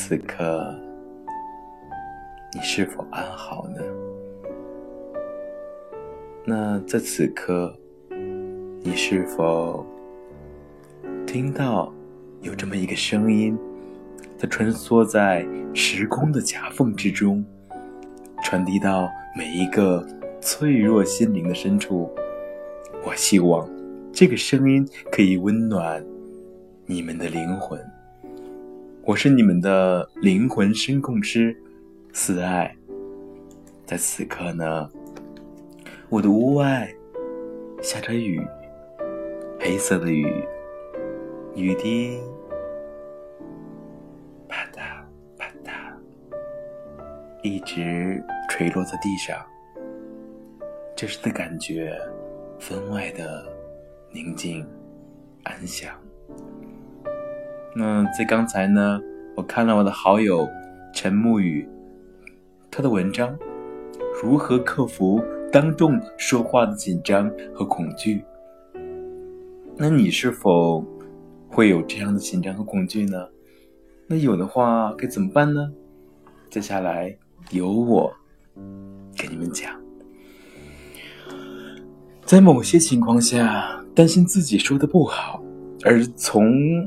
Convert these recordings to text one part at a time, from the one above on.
此刻你是否安好呢？那在此刻你是否听到有这么一个声音，它穿梭在时空的夹缝之中，传递到每一个脆弱心灵的深处。我希望这个声音可以温暖你们的灵魂。我是你们的灵魂声控师四爱。在此刻呢，我的屋外下着雨，黑色的雨，雨滴啪嗒啪嗒一直垂落在地上，这时的感觉分外的宁静安详。那在刚才呢，我看了我的好友陈沐雨他的文章，如何克服当众说话的紧张和恐惧。那你是否会有这样的紧张和恐惧呢？那有的话该怎么办呢？接下来由我给你们讲。在某些情况下，担心自己说的不好，而从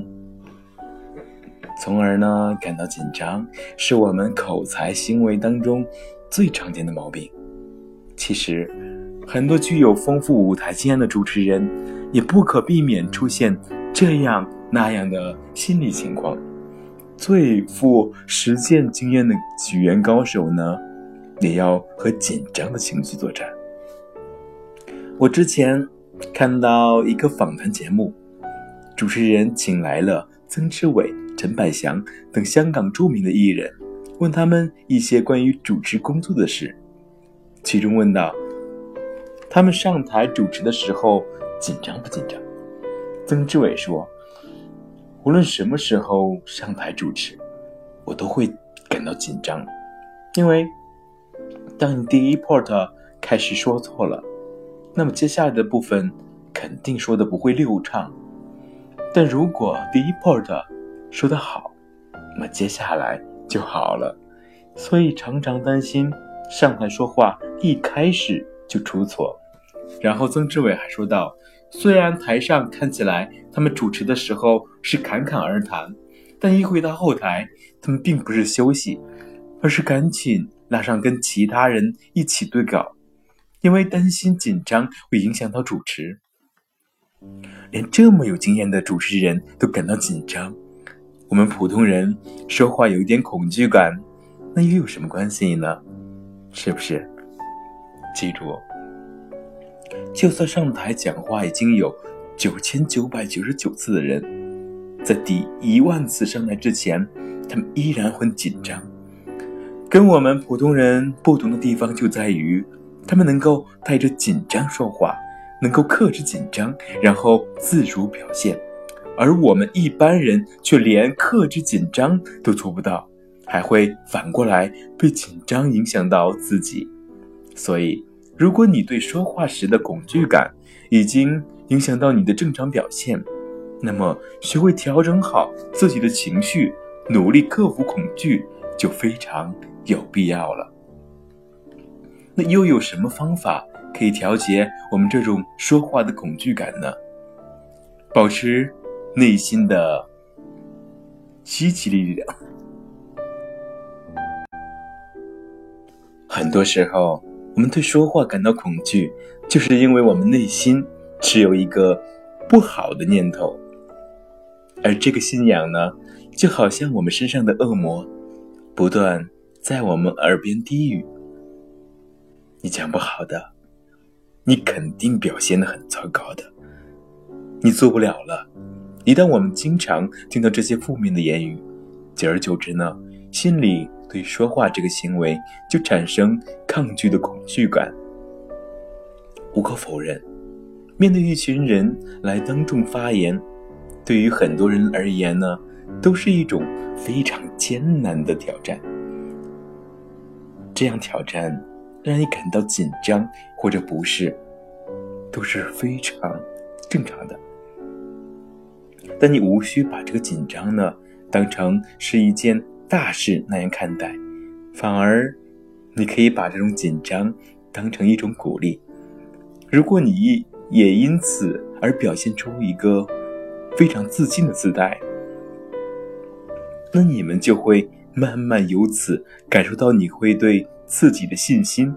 而呢感到紧张，是我们口才行为当中最常见的毛病。其实很多具有丰富舞台经验的主持人也不可避免出现这样那样的心理情况。最富实践经验的举言高手呢，也要和紧张的情绪作战。我之前看到一个访谈节目，主持人请来了曾志伟、陈百祥等香港著名的艺人，问他们一些关于主持工作的事。其中问到他们上台主持的时候紧张不紧张。曾志伟说，无论什么时候上台主持，我都会感到紧张，因为当你第一 part 开始说错了，那么接下来的部分肯定说的不会流畅，但如果第一 part 说得好，那么接下来就好了。所以常常担心上台说话一开始就出错。然后曾志伟还说到，虽然台上看起来他们主持的时候是侃侃而谈，但一回到后台，他们并不是休息，而是赶紧拉上跟其他人一起对稿，因为担心紧张会影响到主持。连这么有经验的主持人都感到紧张，我们普通人说话有一点恐惧感，那又有什么关系呢？是不是？记住，就算上台讲话已经有9999次的人，在第10000次上台之前，他们依然很紧张。跟我们普通人不同的地方就在于，他们能够带着紧张说话，能够克制紧张，然后自如表现。而我们一般人却连克制紧张都做不到，还会反过来被紧张影响到自己。所以如果你对说话时的恐惧感已经影响到你的正常表现，那么学会调整好自己的情绪，努力克服恐惧就非常有必要了。那又有什么方法可以调节我们这种说话的恐惧感呢？保持内心的积极力量。很多时候我们对说话感到恐惧，就是因为我们内心持有一个不好的念头，而这个信仰呢，就好像我们身上的恶魔，不断在我们耳边低语，你讲不好的，你肯定表现得很糟糕的，你做不了了。一旦我们经常听到这些负面的言语，久而久之呢，心里对说话这个行为就产生抗拒的恐惧感。无可否认，面对一群人来当众发言，对于很多人而言呢，都是一种非常艰难的挑战。这样挑战让你感到紧张或者不适，都是非常正常的。但你无需把这个紧张呢当成是一件大事那样看待，反而你可以把这种紧张当成一种鼓励。如果你也因此而表现出一个非常自信的姿态，那你们就会慢慢由此感受到你会对自己的信心。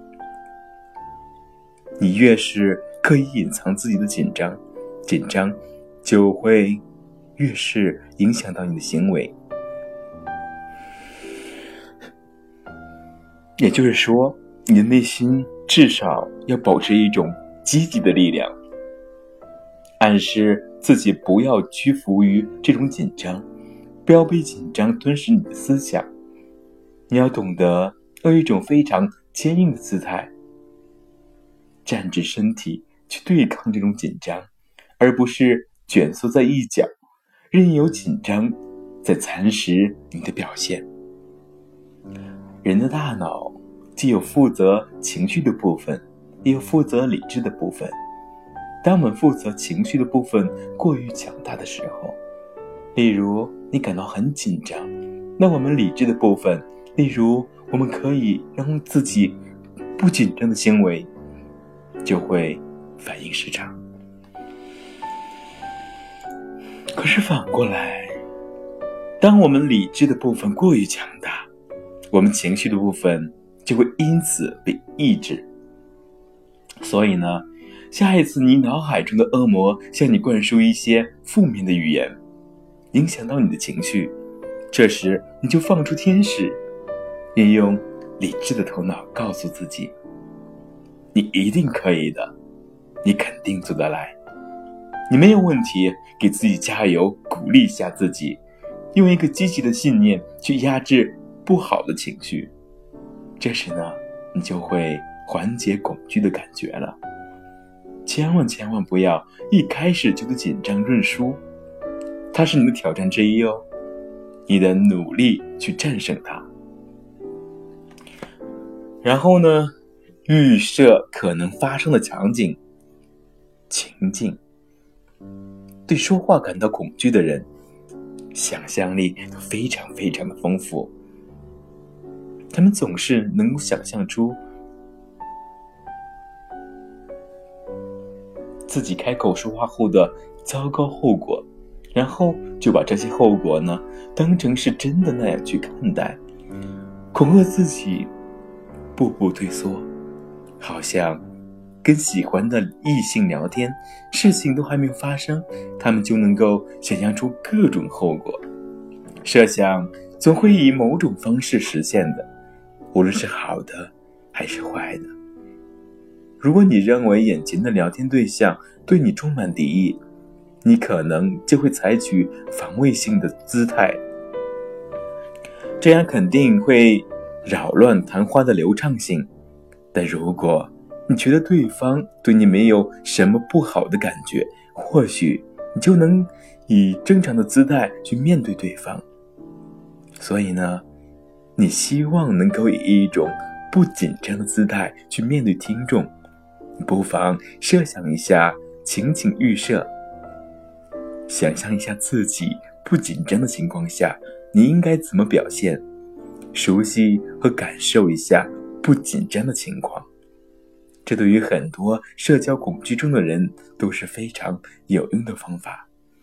你越是刻意隐藏自己的紧张就会越是影响到你的行为。也就是说，你的内心至少要保持一种积极的力量，暗示自己不要屈服于这种紧张，不要被紧张吞噬你的思想。你要懂得用一种非常坚硬的姿态站直身体去对抗这种紧张，而不是蜷缩在一角，任由紧张在蚕食你的表现。人的大脑既有负责情绪的部分，也有负责理智的部分。当我们负责情绪的部分过于强大的时候，例如你感到很紧张，那我们理智的部分，例如我们可以让自己不紧张的行为，就会反应失常。可是反过来，当我们理智的部分过于强大，我们情绪的部分就会因此被抑制。所以呢，下一次你脑海中的恶魔向你灌输一些负面的语言，影响到你的情绪，这时你就放出天使，运用理智的头脑告诉自己，你一定可以的，你肯定做得来，你没有问题，给自己加油，鼓励一下自己，用一个积极的信念去压制不好的情绪。这时呢，你就会缓解恐惧的感觉了。千万不要一开始就紧张认输，它是你的挑战之一哦，你的努力去战胜它。然后呢，预设可能发生的场景、情境。对说话感到恐惧的人，想象力非常的丰富，他们总是能够想象出自己开口说话后的糟糕后果，然后就把这些后果呢当成是真的那样去看待，恐吓自己步步退缩，好像跟喜欢的异性聊天，事情都还没有发生，他们就能够想象出各种后果，设想总会以某种方式实现的，无论是好的还是坏的。如果你认为眼前的聊天对象对你充满敌意，你可能就会采取防卫性的姿态，这样肯定会扰乱谈话的流畅性。但如果你觉得对方对你没有什么不好的感觉，或许你就能以正常的姿态去面对对方。所以呢，你希望能够以一种不紧张的姿态去面对听众，不妨设想一下情景预设，想象一下自己不紧张的情况下你应该怎么表现，熟悉和感受一下不紧张的情况。这对于很多社交恐惧症的人都是非常有用的方法。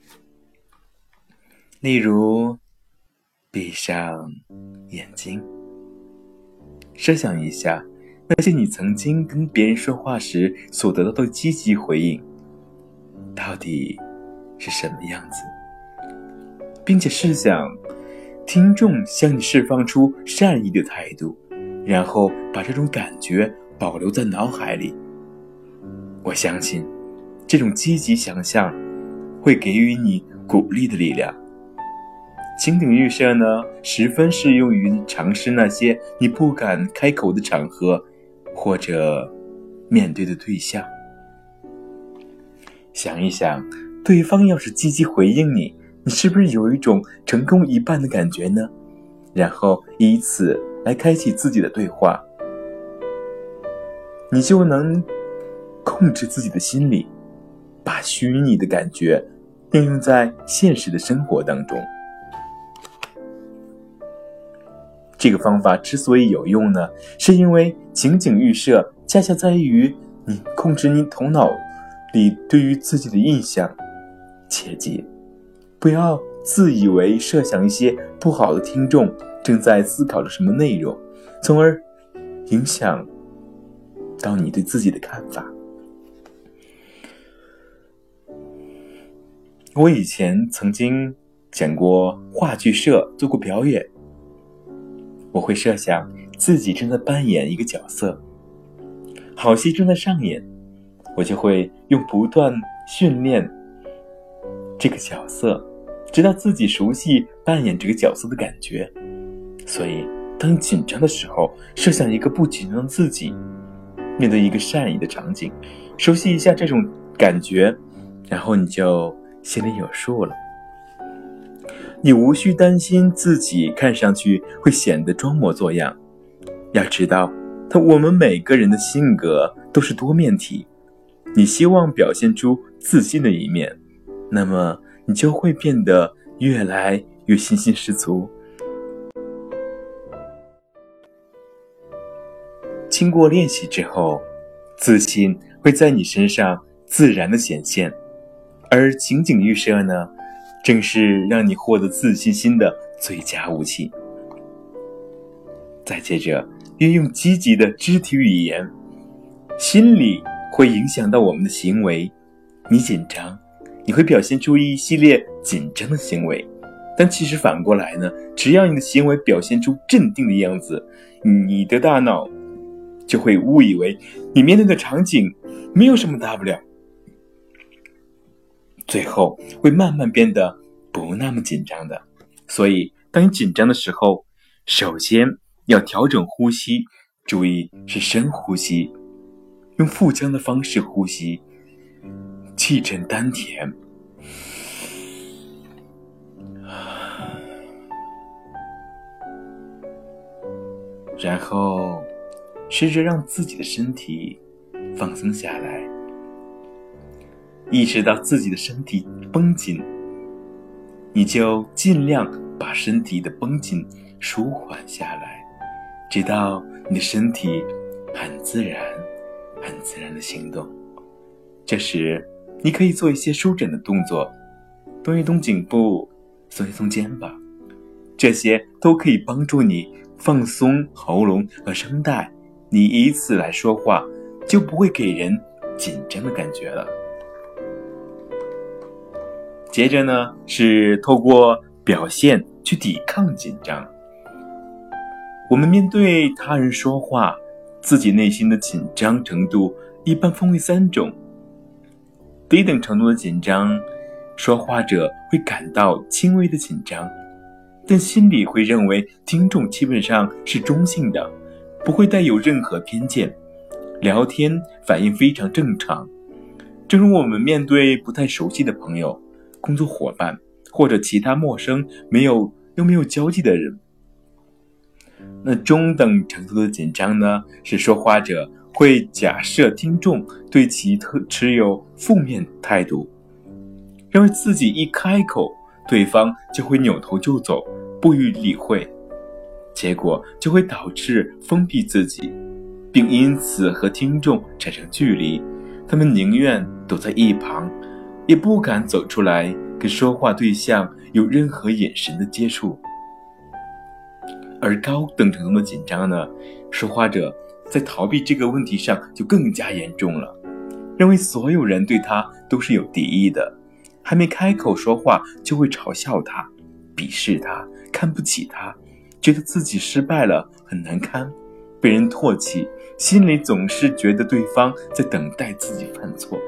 例如，闭上眼睛，设想一下那些你曾经跟别人说话时所得到的积极回应到底是什么样子，并且试想听众向你释放出善意的态度，然后把这种感觉保留在脑海里。我相信这种积极想象会给予你鼓励的力量。情景预设呢，十分适用于尝试那些你不敢开口的场合或者面对的对象。想一想，对方要是积极回应你，你是不是有一种成功一半的感觉呢？然后以此来开启自己的对话，你就能控制自己的心理，把虚拟的感觉应用在现实的生活当中。 这个方法之所以有用呢，是因为情景预设恰恰在于你控制你头脑里对于自己的印象。切记，不要自以为设想一些不好的听众正在思考着什么内容，从而影响到你对自己的看法。我以前曾经讲过话剧社，做过表演。我会设想自己正在扮演一个角色，好戏正在上演，我就会用不断训练这个角色，直到自己熟悉扮演这个角色的感觉。所以当你紧张的时候，设想一个不紧张的自己面对一个善意的场景，熟悉一下这种感觉，然后你就心里有数了。你无需担心自己看上去会显得装模作样。要知道，我们每个人的性格都是多面体，你希望表现出自信的一面，那么你就会变得越来越信心十足。经过练习之后，自信会在你身上自然的显现，而情景预设呢，正是让你获得自信心的最佳武器。再接着，运用积极的肢体语言，心理会影响到我们的行为。你紧张，你会表现出一系列紧张的行为，但其实反过来呢，只要你的行为表现出镇定的样子，你的大脑就会误以为你面对的场景没有什么大不了，最后会慢慢变得不那么紧张的。所以当你紧张的时候，首先要调整呼吸，注意是深呼吸，用腹腔的方式呼吸，气沉丹田，然后试着让自己的身体放松下来，意识到自己的身体绷紧，你就尽量把身体的绷紧舒缓下来，直到你的身体很自然的行动。这时你可以做一些舒展的动作，动一动颈部，松一松肩膀，这些都可以帮助你放松喉咙和声带，你以此来说话就不会给人紧张的感觉了。接着呢，是透过表现去抵抗紧张。我们面对他人说话，自己内心的紧张程度一般分为3种。低等程度的紧张，说话者会感到轻微的紧张，但心里会认为听众基本上是中性的，不会带有任何偏见，聊天反应非常正常。正如我们面对不太熟悉的朋友、工作伙伴或者其他陌生又没有交际的人。那中等程度的紧张呢，是说话者会假设听众对其持有负面态度，认为自己一开口，对方就会扭头就走，不予理会，结果就会导致封闭自己，并因此和听众产生距离。他们宁愿躲在一旁，也不敢走出来跟说话对象有任何眼神的接触。而高等程度的紧张呢，说话者在逃避这个问题上就更加严重了，认为所有人对他都是有敌意的，还没开口说话就会嘲笑他、鄙视他、看不起他，觉得自己失败了，很难堪，被人唾弃，心里总是觉得对方在等待自己犯错。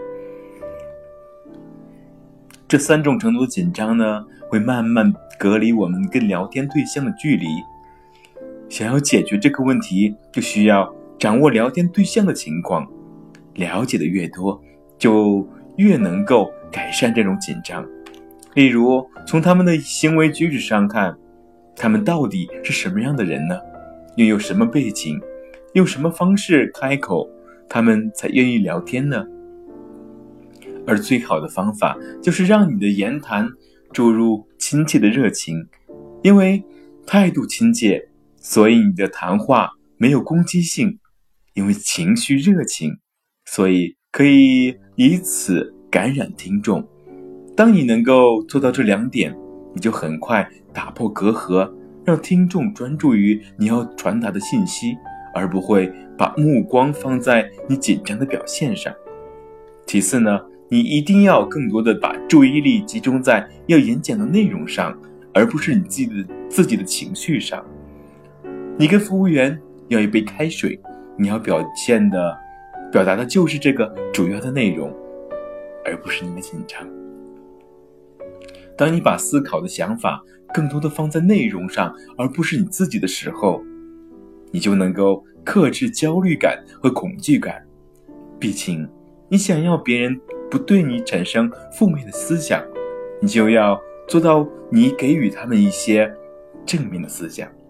这3种程度的紧张呢，会慢慢隔离我们跟聊天对象的距离。想要解决这个问题，就需要掌握聊天对象的情况，了解的越多，就越能够改善这种紧张。例如，从他们的行为举止上看，他们到底是什么样的人呢？又有什么背景？用什么方式开口，他们才愿意聊天呢？而最好的方法就是让你的言谈注入亲切的热情，因为态度亲切， 所以你的谈话没有攻击性，因为情绪热情，所以可以以此感染听众。当你能够做到这2点，你就很快打破隔阂，让听众专注于你要传达的信息，而不会把目光放在你紧张的表现上。其次呢，你一定要更多的把注意力集中在要演讲的内容上，而不是你自己的情绪上。你跟服务员要一杯开水，你要表达的就是这个主要的内容，而不是你的紧张。当你把思考的想法更多的放在内容上，而不是你自己的时候，你就能够克制焦虑感和恐惧感。毕竟你想要别人不对你产生负面的思想，你就要做到你给予他们一些正面的思想。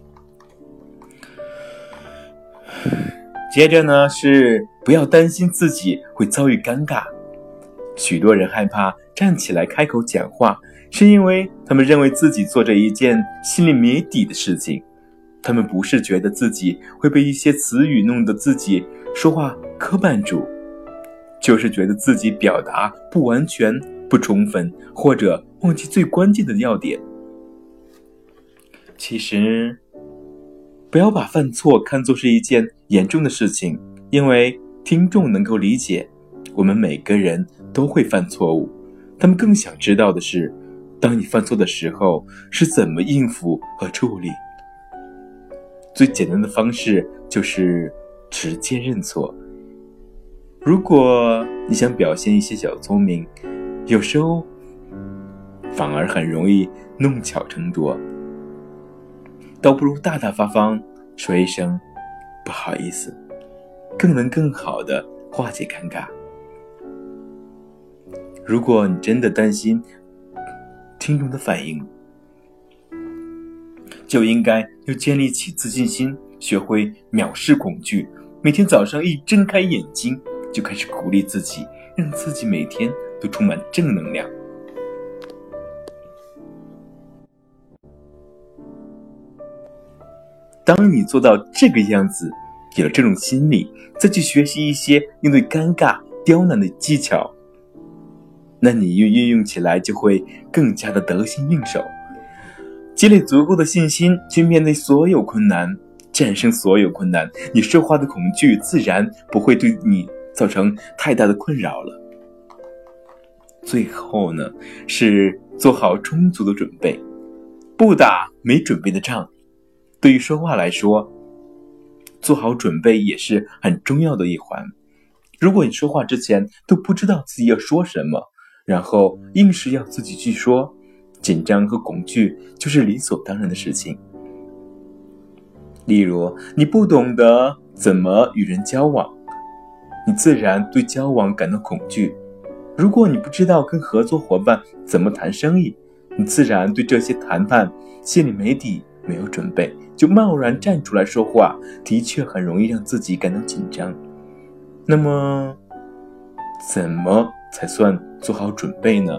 接着呢，是不要担心自己会遭遇尴尬。许多人害怕站起来开口讲话，是因为他们认为自己做着一件心里没底的事情。他们不是觉得自己会被一些词语弄得自己说话磕绊住，就是觉得自己表达不完全、不充分，或者忘记最关键的要点。其实不要把犯错看作是一件严重的事情，因为听众能够理解我们每个人都会犯错误，他们更想知道的是，当你犯错的时候是怎么应付和处理。最简单的方式就是直接认错。如果你想表现一些小聪明，有时候反而很容易弄巧成拙，倒不如大大方方说一声不好意思，更好的化解尴尬。如果你真的担心听众的反应，就应该要建立起自信心，学会藐视恐惧。每天早上一睁开眼睛，就开始鼓励自己，让自己每天都充满正能量。当你做到这个样子，有了这种心理，再去学习一些应对尴尬、刁难的技巧，那你运用起来就会更加的得心应手。积累足够的信心去面对所有困难，战胜所有困难，你说话的恐惧自然不会对你造成太大的困扰了。最后呢，是做好充足的准备，不打没准备的仗。对于说话来说，做好准备也是很重要的一环。如果你说话之前都不知道自己要说什么，然后硬是要自己去说，紧张和恐惧就是理所当然的事情。例如，你不懂得怎么与人交往，你自然对交往感到恐惧。如果你不知道跟合作伙伴怎么谈生意，你自然对这些谈判心里没底，没有准备，就贸然站出来说话，的确很容易让自己感到紧张。那么，怎么才算做好准备呢？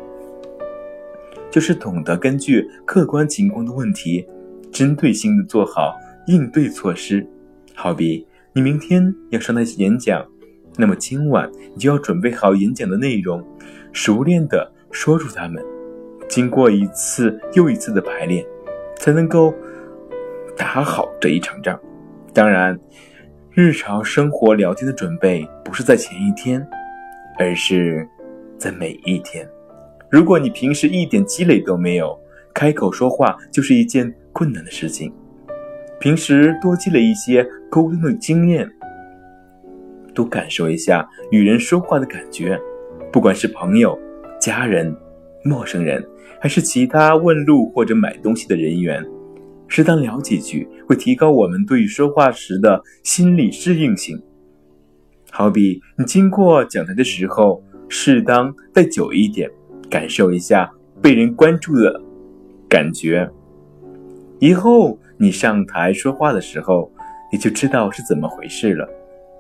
就是懂得根据客观情况的问题，针对性的做好应对措施。好比你明天要上台演讲，那么今晚你就要准备好演讲的内容，熟练的说出它们，经过一次又一次的排练，才能够打好这一场仗。当然，日常生活聊天的准备不是在前一天，而是在每一天。如果你平时一点积累都没有，开口说话就是一件困难的事情。平时多积累一些沟通的经验，多感受一下与人说话的感觉，不管是朋友、家人、陌生人，还是其他问路或者买东西的人员，适当聊几句会提高我们对于说话时的心理适应性。好比你经过讲台的时候，适当待久一点，感受一下被人关注的感觉，以后你上台说话的时候，你就知道是怎么回事了。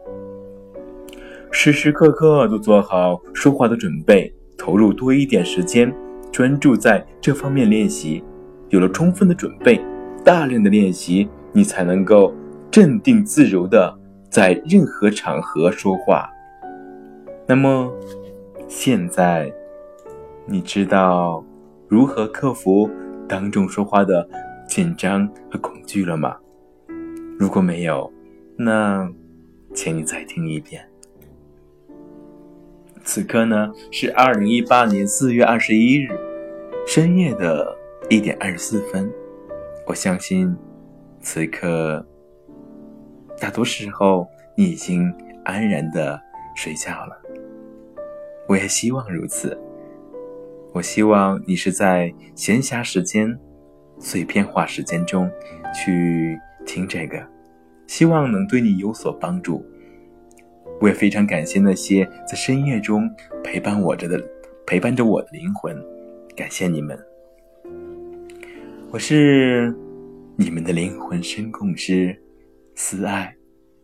时时刻刻都做好说话的准备，投入多一点时间，专注在这方面练习。有了充分的准备， 大量的练习，你才能够镇定自如的在任何场合说话。那么现在你知道如何克服当众说话的紧张和恐惧了吗？如果没有，那请你再听一遍。此刻呢是2018年4月21日深夜的1点24分。我相信此刻大多时候你已经安然的睡觉了，我也希望如此。我希望你是在闲暇时间、碎片化时间中去听这个，希望能对你有所帮助。我也非常感谢那些在深夜中陪伴着我的灵魂，感谢你们。我是你们的灵魂声控师思爱。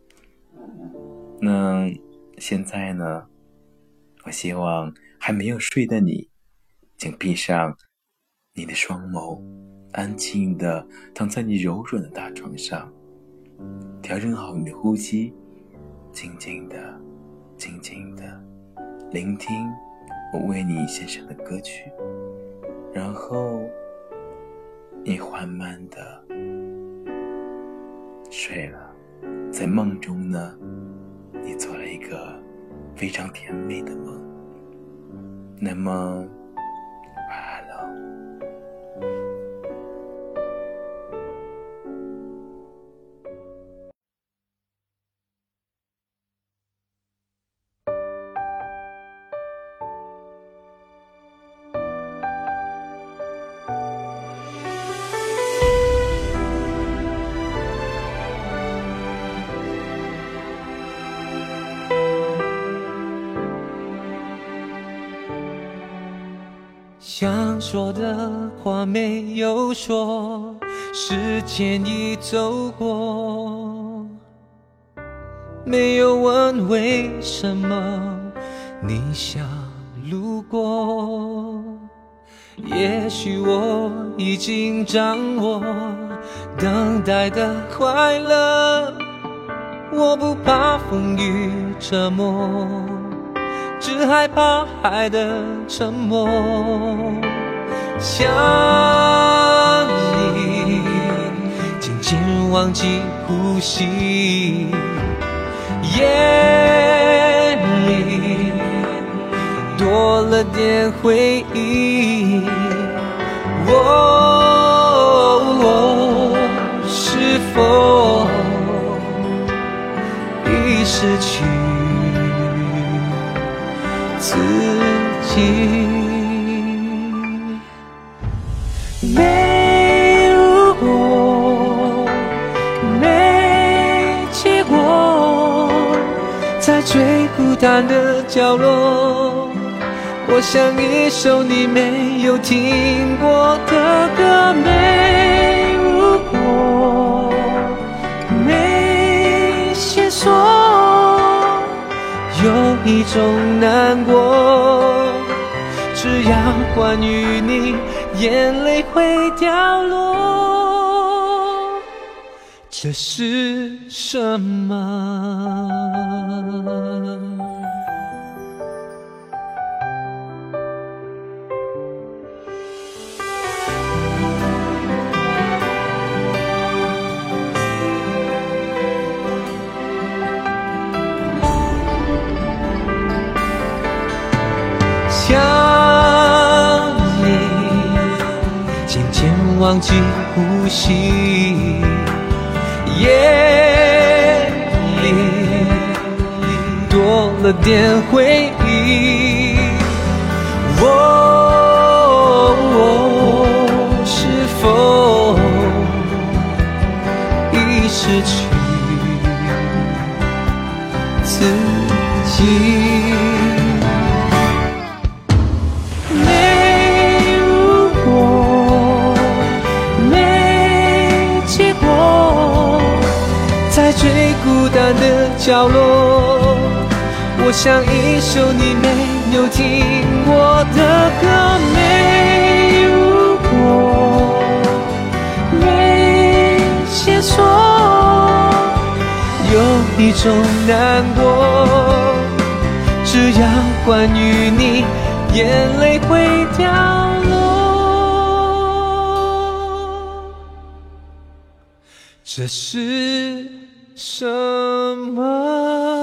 那现在呢，我希望还没有睡的你，请闭上你的双眸，安静地躺在你柔软的大床上，调整好你的呼吸，静静地聆听我为你献上的歌曲，然后你缓慢地睡了。在梦中呢，你做了一个非常甜美的梦。那么晚安了。 想说的话没有说，时间已走过，没有问为什么你想路过。也许我已经掌握等待的快乐，我不怕风雨折磨，只害怕海的沉默。想你，渐渐忘记呼吸，夜里多了点回忆。是否已失去自己？没如果，没结果，在最孤单的角落，我像一首你没有听过的歌。没如果，没线索，有一种难过，只要关于你，眼泪会掉落。这是什么？想你，渐渐忘记呼吸，夜里多了点回忆。是否已失去自己？在最孤单的角落，我像一首你没有听过的歌。没如果，没解说，有一种难过，只要关于你，眼泪会掉落。这是什么？